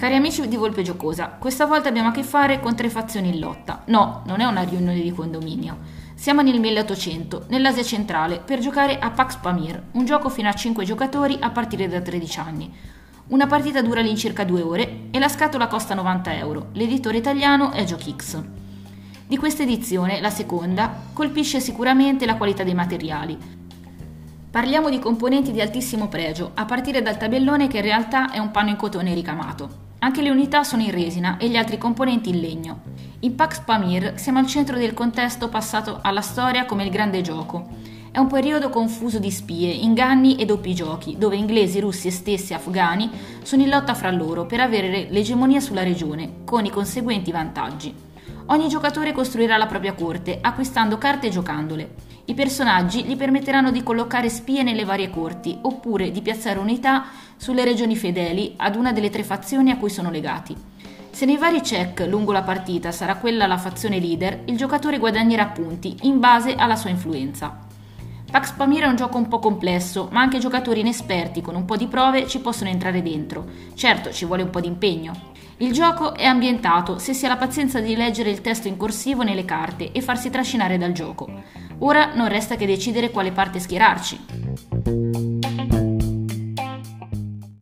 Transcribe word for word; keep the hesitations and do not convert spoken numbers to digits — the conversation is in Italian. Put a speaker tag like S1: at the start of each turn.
S1: Cari amici di Volpe Giocosa, questa volta abbiamo a che fare con tre fazioni in lotta. No, non è una riunione di condominio. Siamo nel milleottocento, nell'Asia centrale, per giocare a Pax Pamir, un gioco fino a cinque giocatori a partire da tredici anni. Una partita dura all'incirca due ore e la scatola costa novanta euro. L'editore italiano è GiochX. Di questa edizione, la seconda, colpisce sicuramente la qualità dei materiali. Parliamo di componenti di altissimo pregio, a partire dal tabellone che in realtà è un panno in cotone ricamato. Anche le unità sono in resina e gli altri componenti in legno. In Pax Pamir siamo al centro del contesto passato alla storia come il grande gioco. È un periodo confuso di spie, inganni e doppi giochi, dove inglesi, russi e stessi afghani sono in lotta fra loro per avere l'egemonia sulla regione, con i conseguenti vantaggi. Ogni giocatore costruirà la propria corte, acquistando carte e giocandole. I personaggi gli permetteranno di collocare spie nelle varie corti, oppure di piazzare unità sulle regioni fedeli ad una delle tre fazioni a cui sono legati. Se nei vari check lungo la partita sarà quella la fazione leader, il giocatore guadagnerà punti in base alla sua influenza. Pax Pamir è un gioco un po' complesso, ma anche giocatori inesperti con un po' di prove ci possono entrare dentro. Certo, ci vuole un po' di impegno. Il gioco è ambientato se si ha la pazienza di leggere il testo in corsivo nelle carte e farsi trascinare dal gioco. Ora non resta che decidere quale parte schierarci.